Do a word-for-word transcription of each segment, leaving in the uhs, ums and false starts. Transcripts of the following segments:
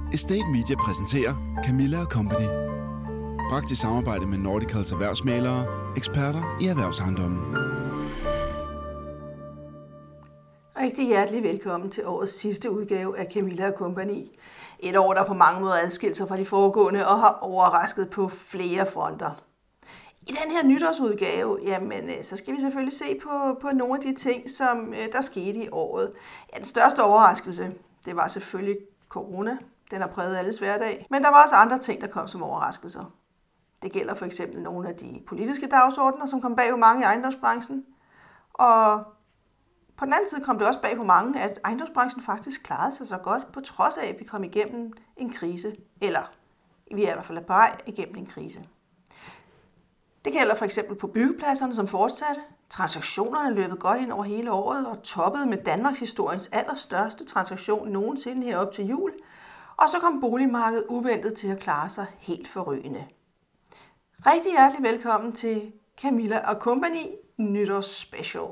Estate Media præsenterer Camilla og Company. Bragt i samarbejde med Nordicals erhvervsmælere, eksperter i erhvervsejendommen. Rigtig hjertelig velkommen til årets sidste udgave af Camilla og Company. Et år, der på mange måder adskilt sig fra de foregående og har overrasket på flere fronter. I den her nytårsudgave, jamen, så skal vi selvfølgelig se på, på nogle af de ting, som der skete i året. Ja, den største overraskelse, det var selvfølgelig corona. Den har præget alles hverdag. Men der var også andre ting, der kom som overraskelser. Det gælder for eksempel nogle af de politiske dagsordner, som kom bag på mange i ejendomsbranchen. Og på den anden side kom det også bag på mange, at ejendomsbranchen faktisk klarede sig så godt, på trods af, at vi kom igennem en krise. Eller vi er i hvert fald på vej igennem en krise. Det gælder for eksempel på byggepladserne, som fortsatte. Transaktionerne løbet godt ind over hele året og toppede med Danmarks historiens allerstørste transaktion nogensinde herop til jul. Og så kom boligmarkedet uventet til at klare sig helt forrygende. Rigtig hjertelig velkommen til Camilla og Company Nytårs Special.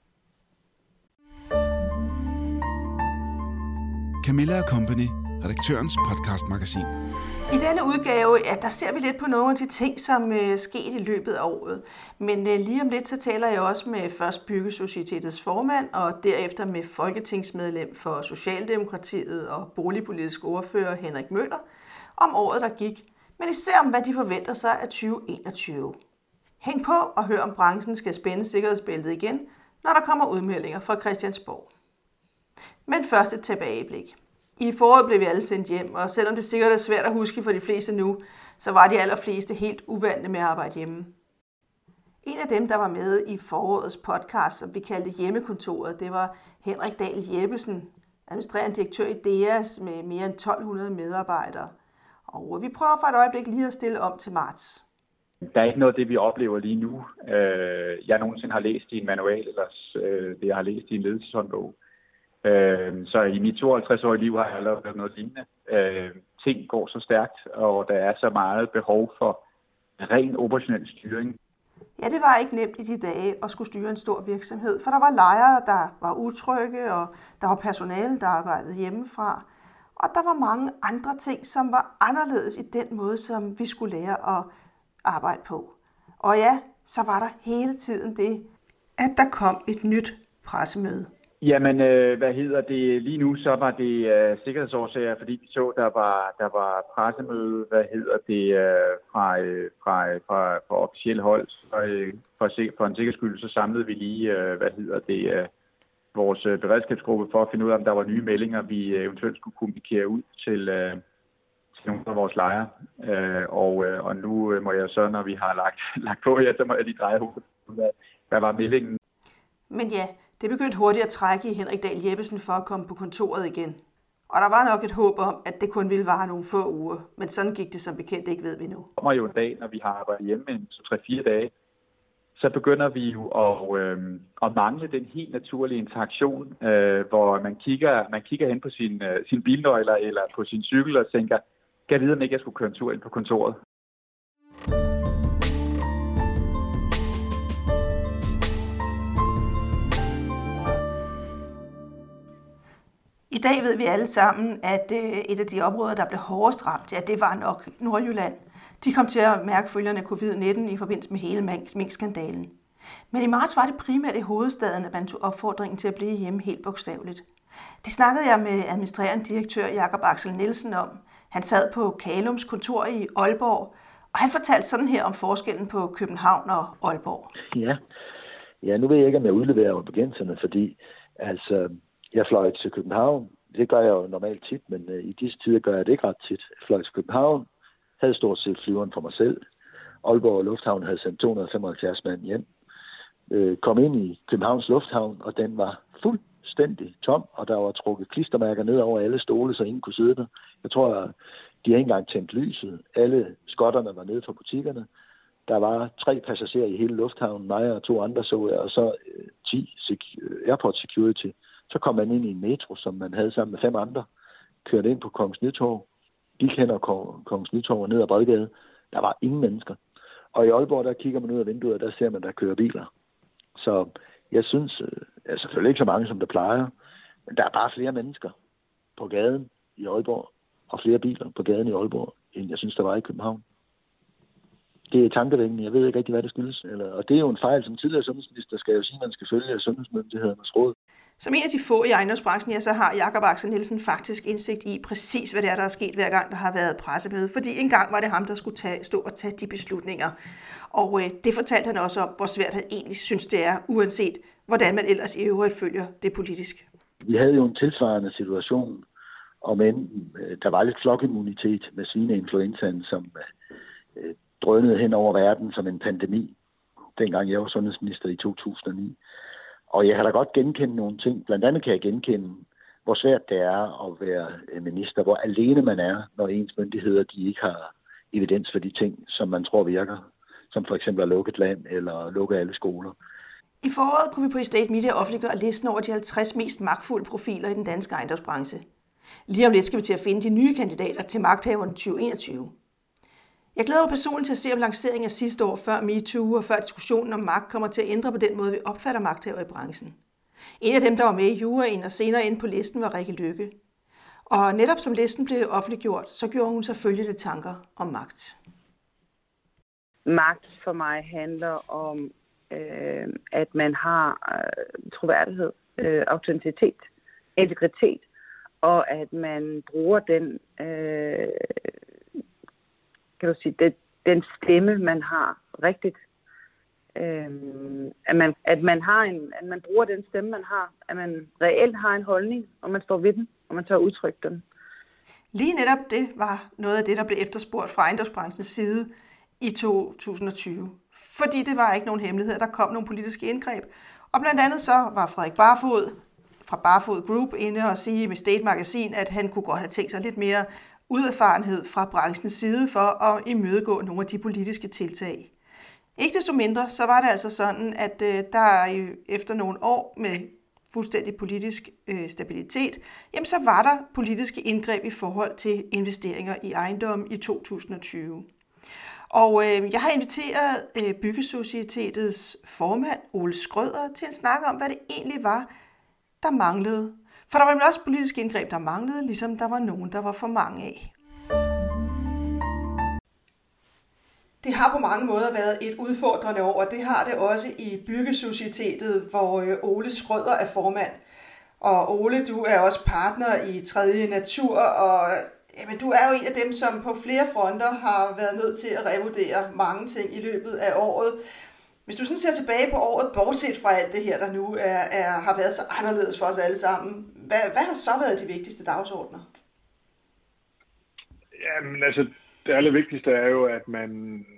Camilla og Company, redaktørens podcastmagasin. I denne udgave, ja, der ser vi lidt på nogle af de ting, som øh, skete i løbet af året. Men øh, lige om lidt, så taler jeg også med først Byggesocietetets formand, og derefter med folketingsmedlem for Socialdemokratiet og boligpolitisk ordfører Henrik Møller, om året, der gik, men især om, hvad de forventer sig af tyve enogtyve. Hæng på og hør, om branchen skal spænde sikkerhedsbæltet igen, når der kommer udmeldinger fra Christiansborg. Men først et tilbageblik. I foråret blev vi alle sendt hjem, og selvom det sikkert er svært at huske for de fleste nu, så var de allerfleste helt uvante med at arbejde hjemme. En af dem, der var med i forårets podcast, som vi kaldte Hjemmekontoret, det var Henrik Dahl Jeppesen, administrerende direktør i D E A S med mere end tolv hundrede medarbejdere. Og vi prøver for et øjeblik lige at stille om til marts. Der er ikke noget af det, vi oplever lige nu. Jeg nogensinde har læst i en manual, eller det jeg har læst i en ledelseshåndbog. Så i mit tooghalvtreds-årige liv har jeg lavet noget lignende. Ting går så stærkt, og der er så meget behov for ren operationel styring. Ja, det var ikke nemt i de dage at skulle styre en stor virksomhed, for der var lejere, der var utrygge, og der var personale, der arbejdede hjemmefra. Og der var mange andre ting, som var anderledes i den måde, som vi skulle lære at arbejde på. Og ja, så var der hele tiden det, at der kom et nyt pressemøde. Jamen, øh, hvad hedder det? Lige nu så var det øh, sikkerhedsårsager, fordi vi så, der var der var pressemøde, hvad hedder det, øh, fra, øh, fra, fra, fra officielle hold. Og, øh, for, for en sikkerheds skyld, så samlede vi lige, øh, hvad hedder det, øh, vores øh, beredskabsgruppe for at finde ud af, om der var nye meldinger, vi øh, eventuelt skulle kommunikere ud til, øh, til nogle af vores lejere. Øh, og, øh, og nu øh, må jeg så, når vi har lagt, lagt på her, så må jeg lige dreje hovedet. Hvad, hvad var meldingen? Men ja, det begyndte hurtigt at trække i Henrik Dahl Jeppesen for at komme på kontoret igen. Og der var nok et håb om, at det kun ville vare nogle få uger. Men sådan gik det som bekendt ikke, ved vi nu. Der kommer jo en dag, når vi har arbejdet hjemme en to tre fire dage, så begynder vi jo at, øh, at mangle den helt naturlige interaktion, øh, hvor man kigger, man kigger hen på sin, øh, sin bilnøgler eller på sin cykel og tænker, kan jeg vide, om ikke jeg skulle køre en tur ind på kontoret? I dag ved vi alle sammen, at et af de områder, der blev hårdest ramt, ja, det var nok Nordjylland. De kom til at mærke følgerne af covid nitten i forbindelse med hele minkskandalen. Men i marts var det primært i hovedstaden, at man tog opfordringen til at blive hjemme helt bogstaveligt. Det snakkede jeg med administrerende direktør Jakob Axel Nielsen om. Han sad på Kalums kontor i Aalborg, og han fortalte sådan her om forskellen på København og Aalborg. Ja, ja nu ved jeg ikke, om jeg udleverer begrænserne, fordi altså... Jeg fløj til København. Det gør jeg jo normalt tit, men øh, i disse tider gør jeg det ikke ret tit. Jeg fløj til København, havde stort set flyveren for mig selv. Aalborg Lufthavn havde sendt to hundrede og femoghalvfjerds mand hjem. Øh, kom ind i Københavns Lufthavn, og den var fuldstændig tom, og der var trukket klistermærker ned over alle stole, så ingen kunne sidde der. Jeg tror, at de har ikke engang tændt lyset. Alle skotterne var nede fra butikkerne. Der var tre passagerer i hele lufthavnen, mig og to andre så jeg, og så øh, ti sec- airport security. Så kom man ind i en metro, som man havde sammen med fem andre, kørte ind på Kongens Nytorv, gik hen og Kongens Nytorv og ned ad Bredgade. Der var ingen mennesker. Og i Aalborg, der kigger man ud af vinduet, og der ser man, der kører biler. Så jeg synes, ja, selvfølgelig ikke så mange, som der plejer, men der er bare flere mennesker på gaden i Aalborg. og flere biler på gaden i Aalborg, end jeg synes, der var i København. Det er tankevækkende. Jeg ved ikke rigtig, hvad det skyldes. Eller, og det er jo en fejl, som tidligere sundhedsminister skal jo sige, at man skal følge sundhedsmyndighedernes råd. Som en af de få i ejendomsbranchen, ja, så har Jakob Axel Nielsen faktisk indsigt i præcis, hvad det er, der er sket hver gang, der har været pressemøde. Fordi engang var det ham, der skulle tage, stå og tage de beslutninger. Og øh, det fortalte han også om, hvor svært han egentlig synes, det er, uanset hvordan man ellers i øvrigt følger det politisk. Vi havde jo en tilsvarende situation, om end der var lidt flokimmunitet med svineinfluenzaen, som øh, drønede hen over verden som en pandemi, dengang jeg var sundhedsminister i to tusind og ni. Og jeg kan da godt genkende nogle ting. Blandt andet kan jeg genkende, hvor svært det er at være minister, hvor alene man er, når ens myndigheder de ikke har evidens for de ting, som man tror virker. Som for eksempel at lukke et land eller lukke alle skoler. I foråret kunne vi på Estate Media offentliggøre listen over de halvtreds mest magtfulde profiler i den danske ejendomsbranche. Lige om lidt skal vi til at finde de nye kandidater til magthaverne tyve enogtyve. Jeg glæder mig personligt til at se, om lanceringen af sidste år før MeToo og før diskussionen om magt kommer til at ændre på den måde, vi opfatter magthaver i branchen. En af dem, der var med i juryen og senere inde på listen, var Rikke Lykke. Og netop som listen blev offentliggjort, så gjorde hun selvfølgelig lidt tanker om magt. Magt for mig handler om, øh, at man har øh, troværdighed, øh, autenticitet, integritet, og at man bruger den, øh, kan du sige, det, den stemme, man har rigtigt. Øh, at, man, at, man har en, at man bruger den stemme, man har, at man reelt har en holdning, og man står ved den, og man tør udtrykke den. Lige netop det var noget af det, der blev efterspurgt fra ejendomsbranchens side i to tusind og tyve. Fordi det var ikke nogen hemmelighed, der kom nogle politiske indgreb. Og blandt andet så var Frederik Barfod fra Barfod Group inde og sige med State Magazine, at han kunne godt have tænkt sig lidt mere uderfarenhed fra branchens side for at imødegå nogle af de politiske tiltag. Ikke desto mindre, så var det altså sådan, at øh, der efter nogle år med fuldstændig politisk øh, stabilitet, jamen så var der politiske indgreb i forhold til investeringer i ejendomme i to tusind og tyve. Og øh, jeg har inviteret øh, Byggesocietetets formand, Ole Schrøder, til at snakke om, hvad det egentlig var, der manglede. For der var nemlig også politiske indgreb, der manglede, ligesom der var nogen, der var for mange af. Det har på mange måder været et udfordrende år, og det har det også i Byggesocietetet, hvor øh, Ole Schrøder er formand. Og Ole, du er også partner i Tredje Natur, og jamen, du er jo en af dem, som på flere fronter har været nødt til at revurdere mange ting i løbet af året. Hvis du sådan ser tilbage på året, bortset fra alt det her, der nu er, er, har været så anderledes for os alle sammen, hvad, hvad har så været de vigtigste dagsordner? Jamen altså, det allervigtigste er jo, at man,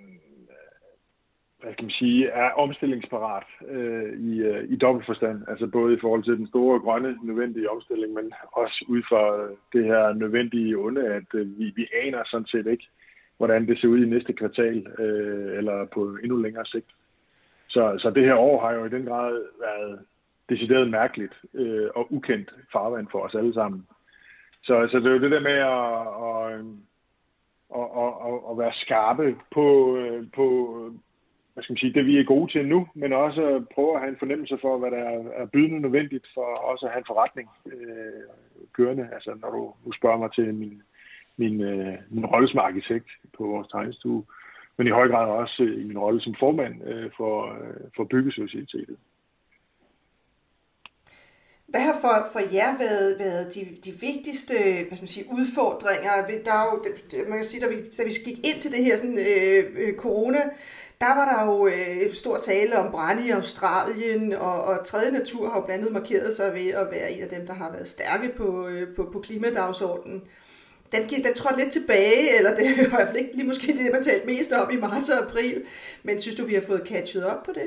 hvad kan man sige, er omstillingsparat øh, i, øh, i dobbelt forstand. Altså både i forhold til den store grønne nødvendige omstilling, men også ud fra det her nødvendige onde, at øh, vi, vi aner sådan set ikke, hvordan det ser ud i næste kvartal øh, eller på endnu længere sigt. Så, så det her år har jo i den grad været decideret mærkeligt øh, og ukendt farvand for os alle sammen. Så, så det er jo det der med at, at, at, at, at være skarpe på, på hvad skal man sige, det vi er gode til nu, men også prøve at have en fornemmelse for, hvad der er bydende nødvendigt for også at have en forretning øh, kørende. Altså når du, du spørger mig til min, min, øh, min rolle som arkitekt på vores tegnestue, men i høj grad også i min rolle som formand øh, for, øh, for Byggesocietetet. Hvad har for, for jer været, været de, de vigtigste hvad skal man sige, udfordringer? Der er jo, man kan sige, da vi, da vi gik ind til det her sådan, øh, corona, der var der jo øh, stor tale om brande i Australien, og, og Tredje Natur har jo blandt andet markeret sig ved at være en af dem, der har været stærke på, øh, på, på klimadagsordenen. Den, den trådte lidt tilbage, eller det er i hvert fald ikke lige måske det, man talte mest om i marts og april, men synes du, vi har fået catchet op på det?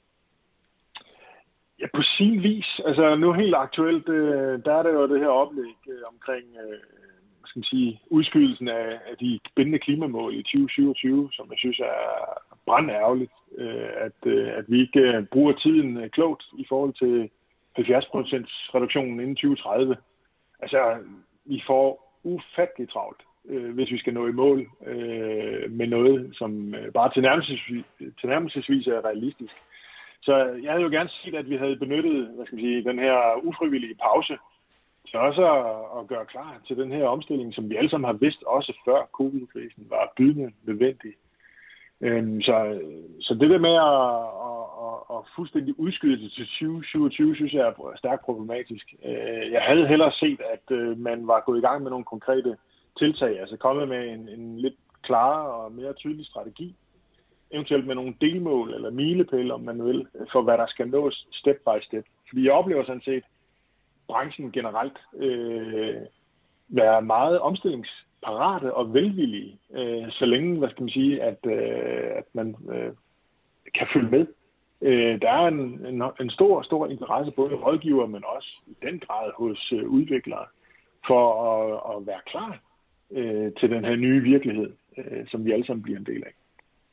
Ja, på sin vis. Altså nu helt aktuelt, der er der jo det her oplæg omkring hvad skal man sige, udskydelsen af, af de bindende klimamål i tyve syvogtyve, som jeg synes er brandærgerligt, at, at vi ikke bruger tiden klogt i forhold til halvfjerds procent reduktionen inden tyve tredive. Altså, vi får ufattelig travlt, hvis vi skal nå i mål med noget, som bare tilnærmelsesvis, tilnærmelsesvis er realistisk. Så jeg havde jo gerne set, at vi havde benyttet hvad skal man sige, den her ufrivillige pause til også at, at gøre klar til den her omstilling, som vi alle sammen har vidst, også før covid-krisen var bydende nødvendig. Øhm, så, så det der med at, at, at, at fuldstændig udskyde det til tyve syvogtyve, synes jeg er stærkt problematisk. Øh, jeg havde hellere set, at øh, man var gået i gang med nogle konkrete tiltag, altså kommet med en, en lidt klarere og mere tydelig strategi, eventuelt med nogle delmål eller milepæle, om man vil, for hvad der skal nås step by step. Fordi jeg oplever sådan set branchen generelt øh, være meget omstillingsparate og velvillige, øh, så længe, hvad skal man sige, at, øh, at man øh, kan følge med. Øh, der er en, en, en stor, stor interesse både hos rådgivere, men også i den grad hos øh, udviklere, for at, at være klar øh, til den her nye virkelighed, øh, som vi alle sammen bliver en del af.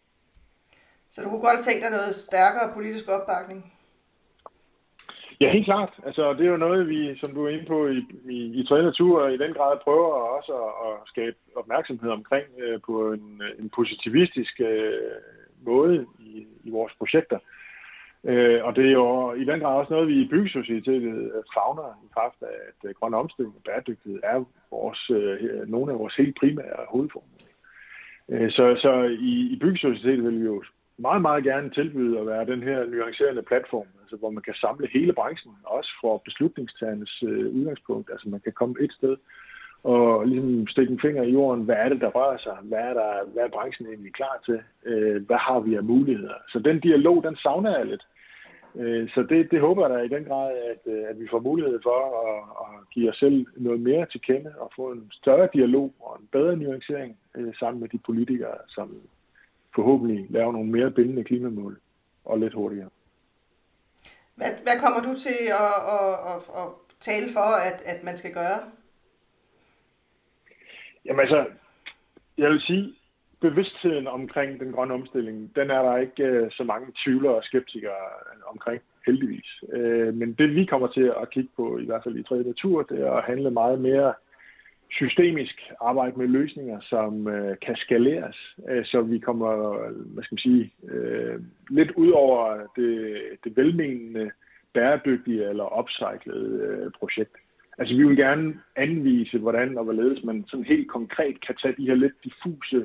Så du kunne godt tænke dig noget stærkere politisk opbakning? Ja, helt klart. Altså, det er jo noget, vi, som du er inde på i, i, i trænertur, i den grad prøver også at, at skabe opmærksomhed omkring øh, på en, en positivistisk øh, måde i, i vores projekter. Øh, og det er jo i den grad også noget, vi i Byggesocietetet favner i kraft af, at grøn omstilling og bæredygtighed er vores, øh, nogle af vores helt primære hovedformål. Øh, så så i, i Byggesocietetet vil vi jo meget, meget gerne tilbyde at være den her nuancerende platform, altså hvor man kan samle hele branchen, også for beslutningstagernes øh, udgangspunkt. Altså man kan komme et sted og ligesom stikke en finger i jorden, hvad er det, der rører sig, hvad er, der, hvad er branchen egentlig klar til, øh, hvad har vi af muligheder. Så den dialog, den savner jeg lidt. Øh, så det, det håber jeg da i den grad, at, at vi får mulighed for at, at give os selv noget mere til kende og få en større dialog og en bedre nuancering øh, sammen med de politikere, som forhåbentlig lave nogle mere bindende klimamål og lidt hurtigere. Hvad, hvad kommer du til at, at, at, at tale for, at, at man skal gøre? Jamen altså, jeg vil sige, bevidstheden omkring den grønne omstilling, den er der ikke uh, så mange tvivlere og skeptikere omkring, heldigvis. Uh, men det vi kommer til at kigge på, i hvert fald i tredje natur, det er at handle meget mere systemisk arbejde med løsninger, som øh, kan skaleres, øh, så vi kommer, hvad skal man sige, øh, lidt ud over det, det velmenende, bæredygtige eller upcyclede øh, projekt. Altså vi vil gerne anvise, hvordan og hvorledes man sådan helt konkret kan tage de her lidt diffuse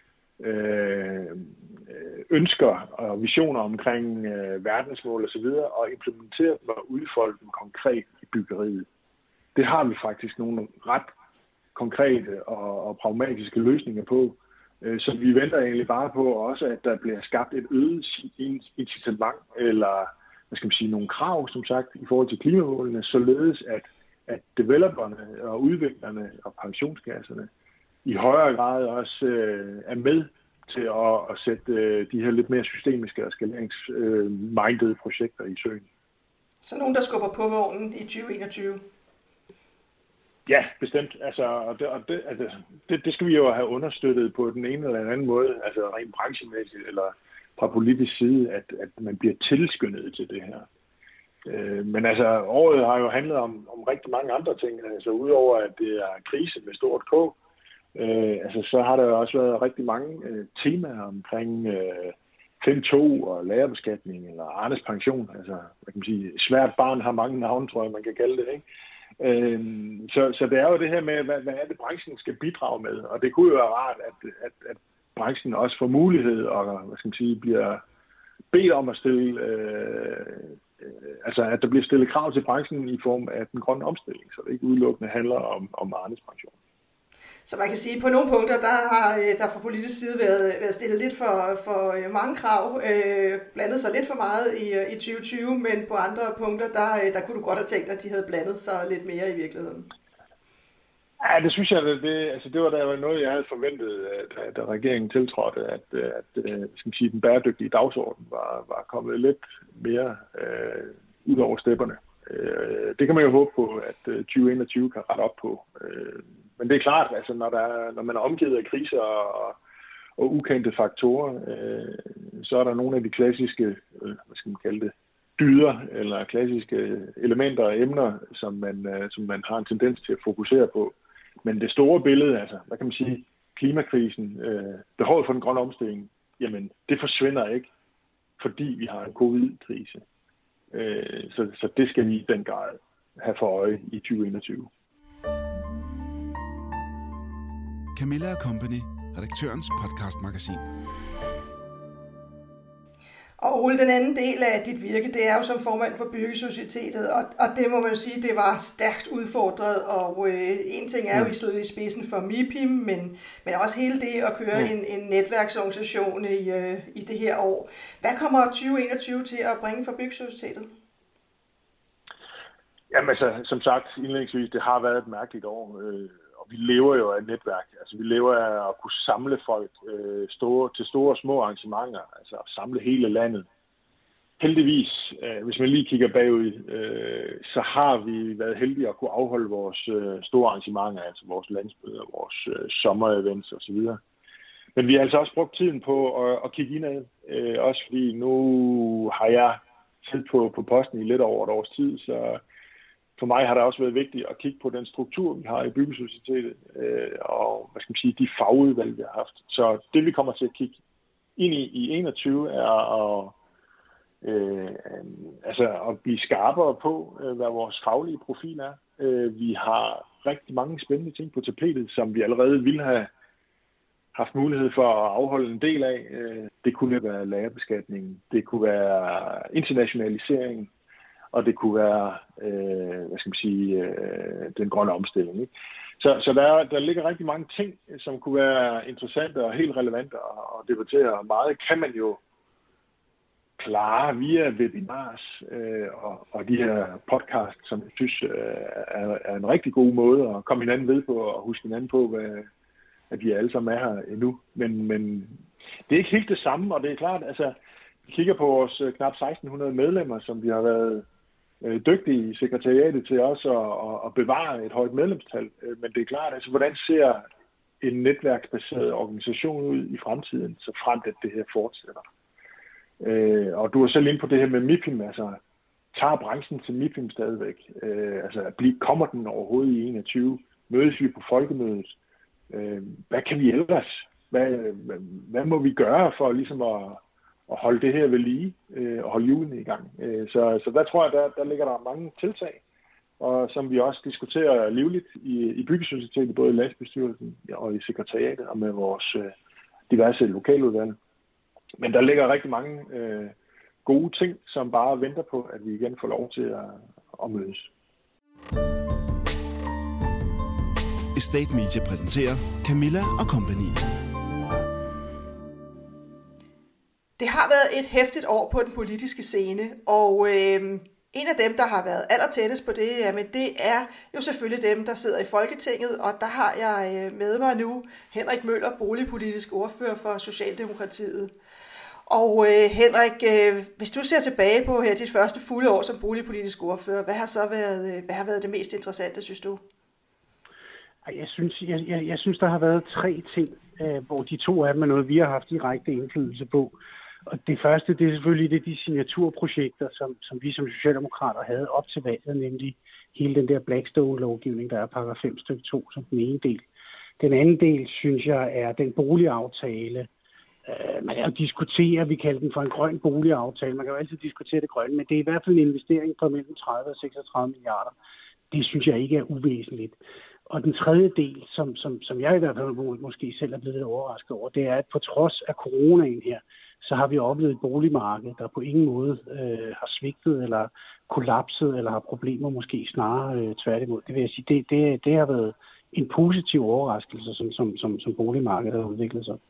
øh, ønsker og visioner omkring øh, verdensmål osv. og implementere dem og udfolde dem konkret i byggeriet. Det har vi faktisk nogle ret konkrete og, og pragmatiske løsninger på. Øh, så vi venter egentlig bare på også, at der bliver skabt et øget incitament eller hvad skal man sige, nogle krav, som sagt, i forhold til klimamålene, således at, at developerne og udviklerne og pensionskasserne i højere grad også øh, er med til at, at sætte øh, de her lidt mere systemiske og skaleringsmindede øh, projekter i søen. Så nogen, der skubber på vognen i tyve enogtyve? Ja, bestemt. Altså, og det, og det, altså, det, det skal vi jo have understøttet på den ene eller anden måde, altså rent branchemæssigt eller fra politisk side, at, at man bliver tilskyndet til det her. Øh, men altså, året har jo handlet om, om rigtig mange andre ting. Altså, udover at det er krise med stort K, øh, altså, så har der jo også været rigtig mange øh, temaer omkring øh, fem to og lærerbeskatning eller Arnes pension. Altså, hvad kan man sige, svært barn har mange navne, tror jeg, man kan kalde det, ikke? Øhm, så, så det er jo det her med, hvad, hvad er det, branchen skal bidrage med, og det kunne jo være rart, at, at, at branchen også får mulighed og hvad skal man sige, bliver bedt om at stille, øh, øh, altså at der bliver stillet krav til branchen i form af den grønne omstilling, så det ikke udelukkende handler om, om Arnes pension. Så man kan sige, at på nogle punkter, der har der fra politisk side været, været stillet lidt for, for mange krav, øh, blandet sig lidt for meget i, i tyve tyve, men på andre punkter, der, der kunne du godt have tænkt, at de havde blandet sig lidt mere i virkeligheden. Ja, det synes jeg, det, det, altså det var da noget, jeg havde forventet, da, da regeringen tiltrådte, at, at skal man sige, den bæredygtige dagsorden var, var kommet lidt mere øh, ud over stepperne. Øh, det kan man jo håbe på, at tyve enogtyve kan rette op på. Øh, men det er klart, altså når, der er, når man er omgivet af kriser og, og ukendte faktorer, øh, så er der nogle af de klassiske, øh, hvad skal man kalde det, dyder eller klassiske elementer og emner, som man, øh, som man har en tendens til at fokusere på. Men det store billede, altså, hvad kan man sige, klimakrisen, øh, behovet for den grønne omstilling, jamen, det forsvinder ikke, fordi vi har en covid-krise. Øh, så, så det skal vi i den grad have for øje i tyve enogtyve. Camilla og Company, redaktørens podcastmagasin. Og Ole, den anden del af dit virke, det er jo som formand for Byggesocietetet, og, og det må man jo sige, det var stærkt udfordret, og øh, en ting er jo, at I stod i spidsen for MIPIM, men, men også hele det at køre mm. en, en netværksorganisation i, øh, i det her år. Hvad kommer tyve enogtyve til at bringe for Byggesocietetet? Jamen altså, som sagt, indlægsvis, det har været et mærkeligt år, øh, og vi lever jo af et netværk. Altså, vi lever af at kunne samle folk øh, store, til store og små arrangementer, altså at samle hele landet. Heldigvis, øh, hvis man lige kigger bagud, øh, så har vi været heldige at kunne afholde vores øh, store arrangementer, altså vores landsmøder, vores øh, sommerevents osv. Men vi har altså også brugt tiden på at, at kigge indad, øh, også fordi nu har jeg siddet på, på posten i lidt over et års tid, så for mig har det også været vigtigt at kigge på den struktur, vi har i Byggesocietetet, øh, og hvad skal man sige, de fagudvalg, vi har haft. Så det, vi kommer til at kigge ind i i enogtyve, er at, øh, altså at blive skarpere på, øh, hvad vores faglige profil er. Øh, vi har rigtig mange spændende ting på tapetet, som vi allerede ville have haft mulighed for at afholde en del af. Øh, det kunne være lagerbeskatning, det kunne være internationalisering, og det kunne være, øh, hvad skal man sige, øh, den grønne omstilling. Ikke? Så, så der, der ligger rigtig mange ting, som kunne være interessante og helt relevante at, at debattere. Meget kan man jo klare via webinars øh, og, og de her podcasts, som jeg synes øh, er, er en rigtig god måde at komme hinanden ved på og huske hinanden på, hvad, at vi alle sammen er her endnu. Men, men det er ikke helt det samme, og det er klart, altså, vi kigger på vores knap seksten hundrede medlemmer, som vi har været dygtige i sekretariatet til også at, at bevare et højt medlemstal. Men det er klart, altså, hvordan ser en netværksbaseret organisation ud i fremtiden, så frem til det her fortsætter. Øh, og du er selv inde på det her med MIPIM, altså tager branchen til MIPIM stadigvæk? Øh, altså kommer den overhovedet i enogtyve? Mødes vi på folkemødet? Øh, hvad kan vi ellers? Hvad, hvad, hvad må vi gøre for ligesom at og holde det her ved lige, øh, og holde hjulene i gang. Øh, så, så der tror jeg, der, der ligger der mange tiltag, og som vi også diskuterer livligt i, i Byggesocietetet, både i landsbestyrelsen og i sekretariatet og med vores øh, diverse lokaludvalg. Men der ligger rigtig mange øh, gode ting, som bare venter på, at vi igen får lov til at, at mødes. Estate Media præsenterer Camilla og Company. Det har været et heftigt år på den politiske scene, og øh, en af dem, der har været allertættest på det, jamen, det er jo selvfølgelig dem, der sidder i Folketinget, og der har jeg øh, med mig nu Henrik Møller, boligpolitisk ordfører for Socialdemokratiet. Og øh, Henrik, øh, hvis du ser tilbage på her dit første fulde år som boligpolitisk ordfører, hvad har så været, øh, hvad har været det mest interessante, synes du? Jeg synes, jeg, jeg, jeg synes der har været tre ting, øh, hvor de to af dem er noget, vi har haft direkte indflydelse på. Og det første, det er selvfølgelig det, de signaturprojekter, som, som vi som socialdemokrater havde op til valget, nemlig hele den der Blackstone-lovgivning, der er paragraf fem stykke to som den ene del. Den anden del, synes jeg, er den boligaftale. Uh, man kan jo diskutere, vi kalder den for en grøn boligaftale. Man kan jo altid diskutere det grønne, men det er i hvert fald en investering på mellem tredive og seksogtredive milliarder. Det synes jeg ikke er uvæsentligt. Og den tredje del, som, som, som jeg i hvert fald måske selv er blevet lidt overrasket over, det er, at på trods af coronaen her, så har vi oplevet et boligmarked, der på ingen måde øh, har svigtet eller kollapset eller har problemer, måske snarere øh, tværtimod. Det vil jeg sige, det, det, det har været en positiv overraskelse, som, som, som, som boligmarkedet har udviklet sig.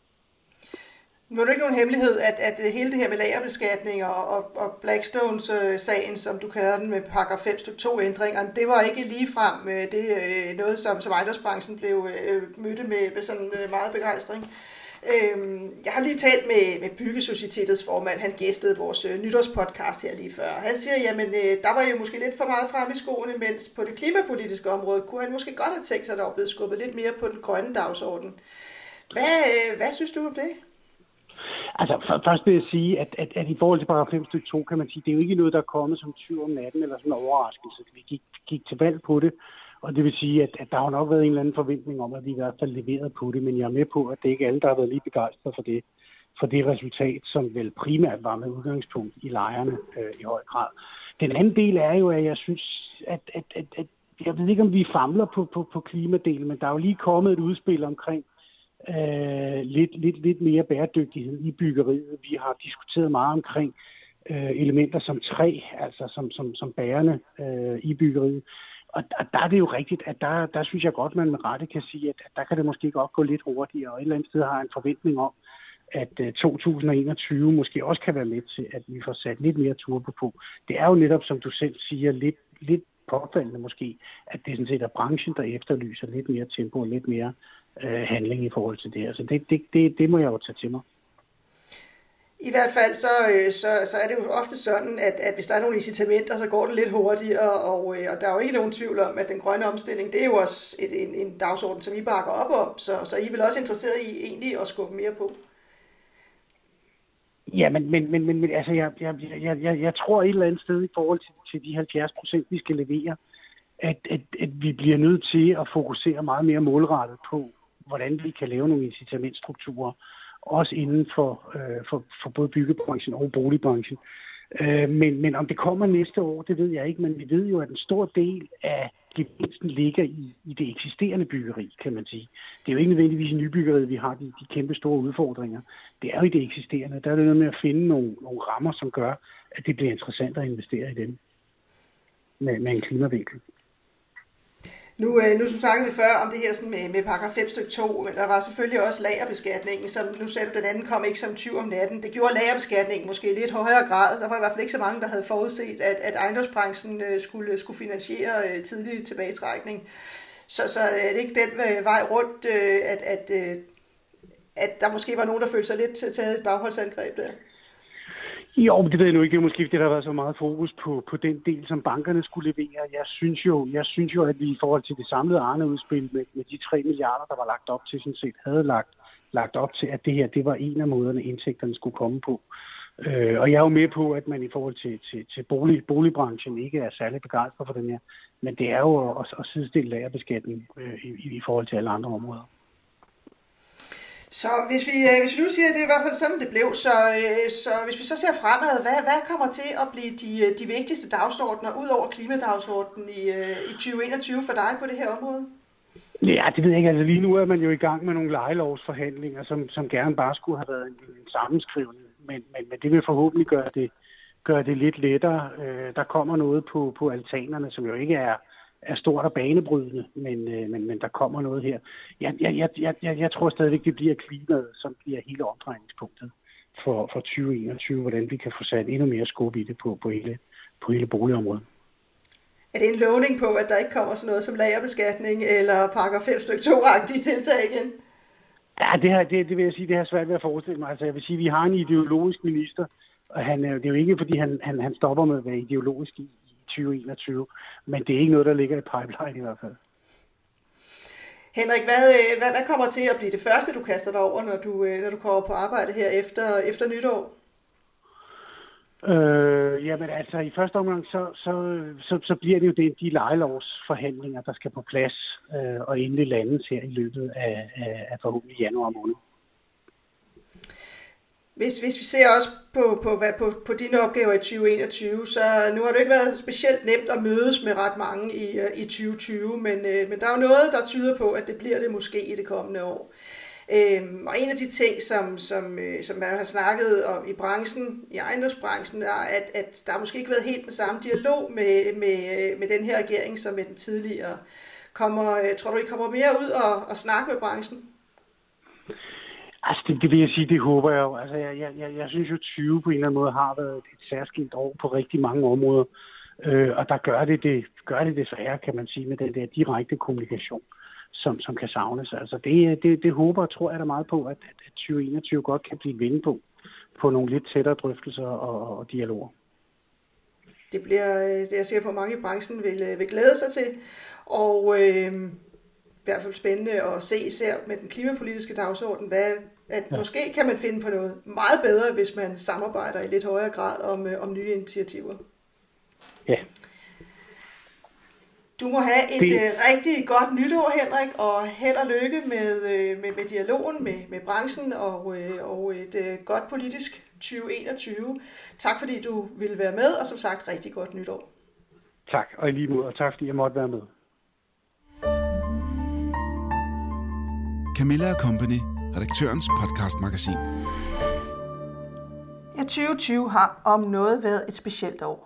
Nu er det ikke nogen hemmelighed, at, at hele det her med lagerbeskatning og, og, og Blackstones-sagen, som du kalder den med paragraf fem stykke to ændringerne, det var ikke ligefrem det er noget, som, som ejendomsbranchen blev øh, mødte med, med sådan meget begejstring. Øhm, jeg har lige talt med, med Byggesocietetets formand, han gæstede vores øh, nytårspodcast her lige før. Han siger, jamen øh, der var jo måske lidt for meget frem i skoene, mens på det klimapolitiske område kunne han måske godt have tænkt sig, at der var blevet skubbet lidt mere på den grønne dagsorden. Hvad, øh, hvad synes du om det? Altså for, først vil jeg sige, at, at, at i forhold til paragraf fem stykke to, kan man sige, det er jo ikke noget, der er kommet som tyv om natten eller som en overraskelse. Vi gik, gik til valg på det. Og det vil sige, at, at der har nok været en eller anden forventning om, at vi i hvert fald leverede på det, men jeg er med på, at det ikke er alle, der har været lige begejstret for det, for det resultat, som vel primært var med udgangspunkt i lejerne øh, i høj grad. Den anden del er jo, at jeg synes, at, at, at, at jeg ved ikke, om vi famler på, på, på klimadelen, men der er jo lige kommet et udspil omkring øh, lidt, lidt, lidt mere bæredygtighed i byggeriet. Vi har diskuteret meget omkring øh, elementer som træ, altså som, som, som bærende øh, i byggeriet. Og, og der er det jo rigtigt, at der, der synes jeg godt, man med rette kan sige, at, at der kan det måske godt gå lidt hurtigere, og et eller andet sted har jeg en forventning om, at uh, to tusind og enogtyve måske også kan være med til, at vi får sat lidt mere turbo på. Det er jo netop, som du selv siger, lidt, lidt påfaldende måske, at det sådan set er branchen, der efterlyser lidt mere tempo og lidt mere uh, handling i forhold til det. Altså det, det, det, det må jeg jo tage til mig. I hvert fald så, så, så er det jo ofte sådan, at, at hvis der er nogle incitamenter, så går det lidt hurtigere, og, og der er jo ikke nogen tvivl om, at den grønne omstilling, det er jo også et, en, en dagsorden, som I bakker op om, så, så I er vel også interesseret i egentlig at skubbe mere på? Ja, men, men, men, men altså, jeg, jeg, jeg, jeg, jeg tror et eller andet sted i forhold til, til de halvfjerds procent, vi skal levere, at, at, at vi bliver nødt til at fokusere meget mere målrettet på, hvordan vi kan lave nogle incitamentstrukturer, også inden for, øh, for, for både byggebranchen og boligbranchen. Øh, men, men om det kommer næste år, det ved jeg ikke, men vi ved jo, at en stor del af gevinsten ligger i, i det eksisterende byggeri, kan man sige. Det er jo ikke nødvendigvis i nybyggeriet, vi har de, de kæmpe store udfordringer. Det er jo i det eksisterende. Der er det noget med at finde nogle, nogle rammer, som gør, at det bliver interessant at investere i dem med, med en klimavinkel. Nu, nu snakkede vi før om det her sådan med, med paragraf fem stykke to, men der var selvfølgelig også lagerbeskatningen, som nu sagde du, den anden kom ikke som tyv om natten. Det gjorde lagerbeskatningen måske i lidt højere grad. Der var i hvert fald ikke så mange, der havde forudset, at, at ejendomsbranchen skulle, skulle finansiere tidlig tilbagetrækning. Så, så er det ikke den vej rundt, at, at, at der måske var nogen, der følte sig lidt taget et bagholdsangreb der? Jo, det ved jeg nu ikke. Det er måske det, der har været så meget fokus på, på den del, som bankerne skulle levere. Jeg synes jo, jeg synes jo at vi i forhold til det samlede Arne-udspil med, med de tre milliarder, der var lagt op til, sådan set havde lagt, lagt op til, at det her, det var en af måderne, indtægterne skulle komme på. Øh, og jeg er jo med på, at man i forhold til, til, til bolig, boligbranchen ikke er særlig begejstret for den her. Men det er jo at, at sidestille lagerbeskatning øh, i, i forhold til alle andre områder. Så hvis vi, hvis vi nu siger, at det er i hvert fald sådan, det blev, så, så hvis vi så ser fremad, hvad, hvad kommer til at blive de, de vigtigste dagsordner, ud over klimadagsordenen i, i tyve enogtyve for dig på det her område? Ja, det ved jeg ikke. Altså lige nu er man jo i gang med nogle lejelovsforhandlinger, som, som gerne bare skulle have været en, en sammenskrivning. Men, men, men det vil forhåbentlig gøre det, gøre det lidt lettere. Øh, der kommer noget på, på altanerne, som jo ikke er er stort og banebrydende, men, øh, men, men der kommer noget her. Jeg, jeg, jeg, jeg, jeg tror stadigvæk, det bliver klimaet, som bliver hele omdrejningspunktet for, for tyve enogtyve, hvordan vi kan få sat endnu mere skub i det på, på, hele, på hele boligområdet. Er det en lovning på, at der ikke kommer sådan noget som lagerbeskatning eller paragraf fem stykke to-agtige tiltag igen? Ja, det, her, det, det vil jeg sige, det har svært ved at forestille mig. Altså, jeg vil sige, vi har en ideologisk minister, og han, det er jo ikke, fordi han, han, han stopper med at være ideologisk i tyve enogtyve, men det er ikke noget, der ligger i pipeline i hvert fald. Henrik, hvad, hvad, hvad kommer til at blive det første, du kaster dig over, når du, når du kommer på arbejde her efter, efter nytår? Øh, jamen altså, i første omgang, så, så, så, så bliver det jo det, de lejelovsforhandlinger, der skal på plads, øh, og endelig landes her i løbet af, af, af forhåbentlig januar måned. Hvis, hvis vi ser også på, på, på, på dine opgaver i tyve enogtyve, så nu har det ikke været specielt nemt at mødes med ret mange i, i tyve tyve, men, men der er jo noget, der tyder på, at det bliver det måske i det kommende år. Øhm, og en af de ting, som, som, som man har snakket om i branchen, i ejendomsbranchen, er, at, at der måske ikke har været helt den samme dialog med, med, med den her regering, som med den tidligere. Kommer, tror du, I kommer mere ud og, og snakke med branchen? Altså, det, det vil jeg sige, det håber jeg jo. Altså, jeg, jeg, jeg synes jo, tyve på en eller anden måde har været et særskilt år på rigtig mange områder. Øh, og der gør det, det gør det desværre, kan man sige, med den der direkte kommunikation, som, som kan savnes. Altså, det, det, det håber og tror jeg da meget på, at, at tyve enogtyve godt kan blive vendt på, på nogle lidt tættere drøftelser og, og dialoger. Det bliver, det jeg siger på, mange i branchen vil, vil glæde sig til. Og øh, i hvert fald spændende at se især med den klimapolitiske dagsorden, hvad, at ja. Måske kan man finde på noget meget bedre, hvis man samarbejder i lidt højere grad om, om nye initiativer. Ja. Du må have et det... uh, rigtig godt nytår, Henrik, og held og lykke med, uh, med, med dialogen med, med branchen og, uh, og et uh, godt politisk tyve enogtyve. Tak fordi du ville være med, og som sagt rigtig godt nytår. Tak, og i lige måde, og tak fordi jeg måtte være med. Camilla og Company, redaktørens podcastmagasin. Ja, tyve tyve har om noget været et specielt år.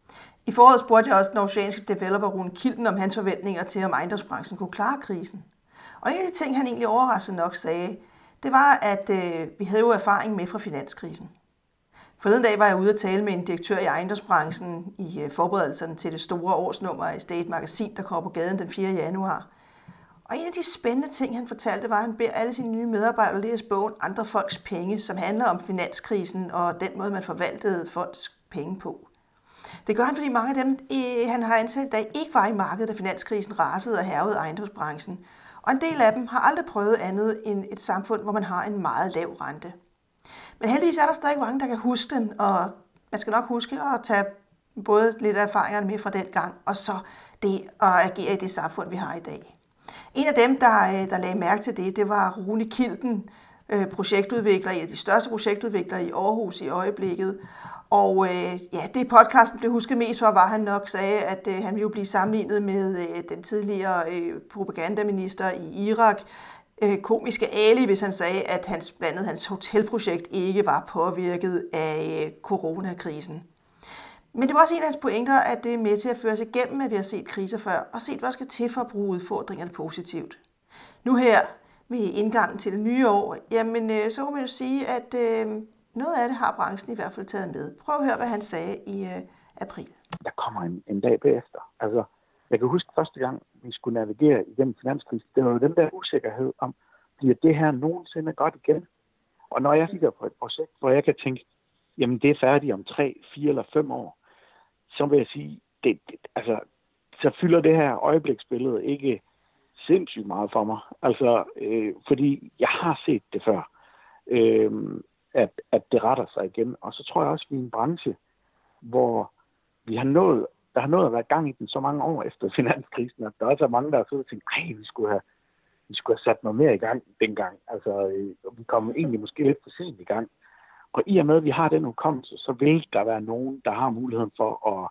I foråret spurgte jeg også den oceanske developer Rune Kilden om hans forventninger til, om ejendomsbranchen kunne klare krisen. Og en af de ting, han egentlig overraskende nok sagde, det var, at øh, vi havde jo erfaring med fra finanskrisen. Forleden dag var jeg ude at tale med en direktør i ejendomsbranchen i øh, forberedelserne til det store årsnummer af Estate Magasin, der kommer på gaden den fjerde januar. Og en af de spændende ting, han fortalte, var, at han beder alle sine nye medarbejdere læse bogen Andre Folks Penge, som handler om finanskrisen og den måde, man forvaltede folks penge på. Det gør han, fordi mange af dem, han har ansat i dag, ikke var i markedet, da finanskrisen rasede og hærgede ejendomsbranchen. Og en del af dem har aldrig prøvet andet end et samfund, hvor man har en meget lav rente. Men heldigvis er der stadig mange, der kan huske den, og man skal nok huske at tage både lidt af erfaringerne med fra den gang, og så det at agere i det samfund, vi har i dag. En af dem, der, der lagde mærke til det, det var Rune Kilden, projektudvikler, en af de største projektudviklere i Aarhus i øjeblikket. Og øh, ja, det podcasten blev husket mest for, var han nok sagde, at øh, han ville blive sammenlignet med øh, den tidligere øh, propagandaminister i Irak, øh, komiske Ali, hvis han sagde, at hans, blandt andet hans hotelprojekt ikke var påvirket af øh, coronakrisen. Men det var også en af hans pointer, at det er med til at føre sig igennem, at vi har set kriser før, og set, hvad der skal til for at bruge udfordringerne positivt. Nu her, ved indgangen til det nye år, jamen øh, så må man jo sige, at øh, noget af det har branchen i hvert fald taget med. Prøv at høre, hvad han sagde i øh, april. Der kommer en, en dag bagefter. Altså, jeg kan huske første gang, vi skulle navigere igennem finanskrisen, det var jo den der usikkerhed om, bliver det her nogensinde godt igen? Og når jeg kigger på et projekt, hvor jeg kan tænke, jamen det er færdigt om tre, fire eller fem år, så vil jeg sige, det, det, altså, så fylder det her øjebliksbillede ikke sindssygt meget for mig. Altså, øh, fordi jeg har set det før, øh, at, at det retter sig igen. Og så tror jeg også, at vi er en branche, hvor vi har nået, der har nået at være gang i den så mange år efter finanskrisen, at der også er mange, der har siddet og tænkt, ej, vi skulle have, vi skulle have sat noget mere i gang dengang. Altså, øh, vi kom egentlig måske lidt for sent i gang. Og i og med, at vi har den hukommelse, så vil der være nogen, der har muligheden for at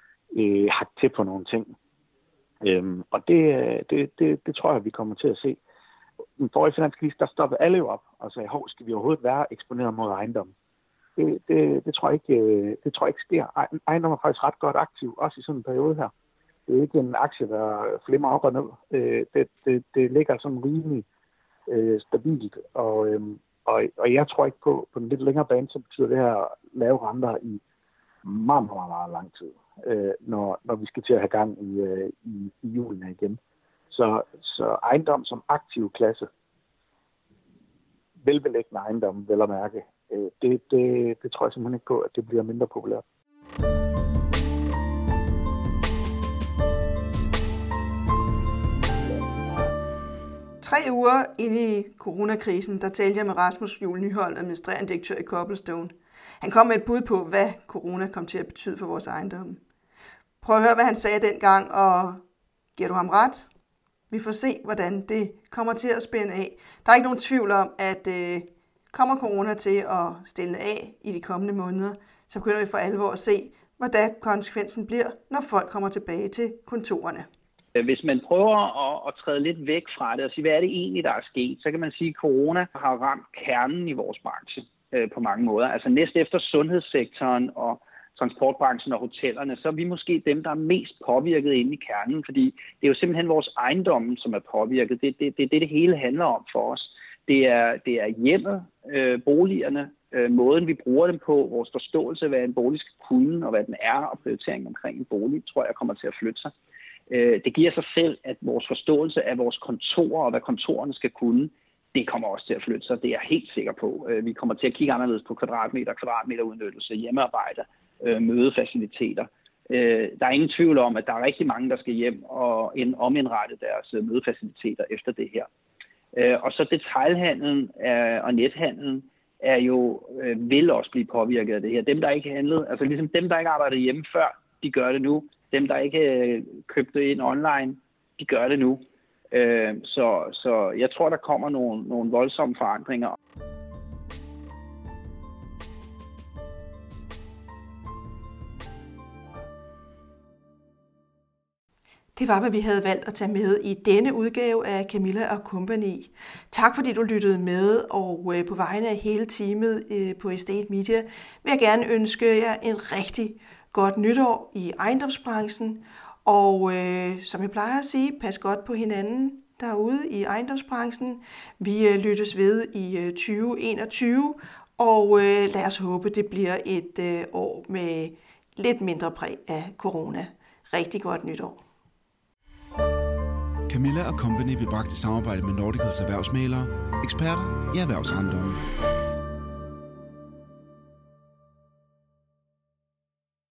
øh, hakke til på nogle ting. Øhm, og det, det, det, det tror jeg, vi kommer til at se. I forrige finanskrise, der stoppede alle jo op og sagde, hov, skal vi overhovedet være eksponeret mod ejendom? Det, det, det, tror jeg ikke, det tror jeg ikke sker. Ejendom er faktisk ret godt aktiv, også i sådan en periode her. Det er ikke en aktie, der flimmer op og ned. Det, det, det ligger sådan rimelig øh, stabilt, og øh, Og, og jeg tror ikke på, på den lidt længere bane, så betyder det her lave renter i meget, meget, meget lang tid, øh, når, når vi skal til at have gang i, øh, i, i julen igen. Så, så ejendom som aktiv klasse, velbelæggende ejendom, vel at mærke, øh, det, det, det tror jeg simpelthen ikke på, at det bliver mindre populært. Tre uger inde i coronakrisen, der talte jeg med Rasmus Juhl Nyholm, administrerende direktør i Cobblestone. Han kom med et bud på, hvad corona kom til at betyde for vores ejendomme. Prøv at høre, hvad han sagde dengang, og giver du ham ret? Vi får se, hvordan det kommer til at spænde af. Der er ikke nogen tvivl om, at øh, kommer corona til at stille af i de kommende måneder, så begynder vi for alvor at se, hvordan konsekvensen bliver, når folk kommer tilbage til kontorerne. Hvis man prøver at, at træde lidt væk fra det og sige, hvad er det egentlig, der er sket, så kan man sige, at corona har ramt kernen i vores branche øh, på mange måder. Altså næst efter sundhedssektoren og transportbranchen og hotellerne, så er vi måske dem, der er mest påvirket inde i kernen, fordi det er jo simpelthen vores ejendomme, som er påvirket. Det er det, det, det, det hele handler om for os. Det er, det er hjemmet, øh, boligerne, øh, måden vi bruger dem på, vores forståelse af, hvad en bolig skal kunne og hvad den er, og prioriteringen omkring en bolig, tror jeg kommer til at flytte sig. Det giver sig selv, at vores forståelse af vores kontorer og hvad kontorerne skal kunne, det kommer også til at flytte sig. Det er jeg helt sikker på. Vi kommer til at kigge anderledes på kvadratmeter, kvadratmeterudnyttelse, hjemmearbejde, mødefaciliteter. Der er ingen tvivl om, at der er rigtig mange, der skal hjem og omindrette deres mødefaciliteter efter det her. Og så detailhandlen og nethandlen er jo, vil også blive påvirket af det her. Dem, der ikke handlede, altså ligesom dem, der ikke arbejdede hjemme før, de gør det nu. Dem, der ikke købte ind online, de gør det nu. Så, så jeg tror, der kommer nogle, nogle voldsomme forandringer. Det var, hvad vi havde valgt at tage med i denne udgave af Camilla og Company. Tak fordi du lyttede med, og på vegne af hele teamet på Estate Media vil jeg gerne ønske jer en rigtig godt nytår i ejendomsbranchen. Og øh, som jeg plejer at sige, pas godt på hinanden derude i ejendomsbranchen. Vi øh, lyttes ved i øh, tyve enogtyve, og øh, lad os håbe, det bliver et øh, år med lidt mindre præg af corona. Rigtig godt nytår. Camilla og Company blev bragt i samarbejde med Nordicals erhvervsmælere, eksperter i erhvervsejendomme.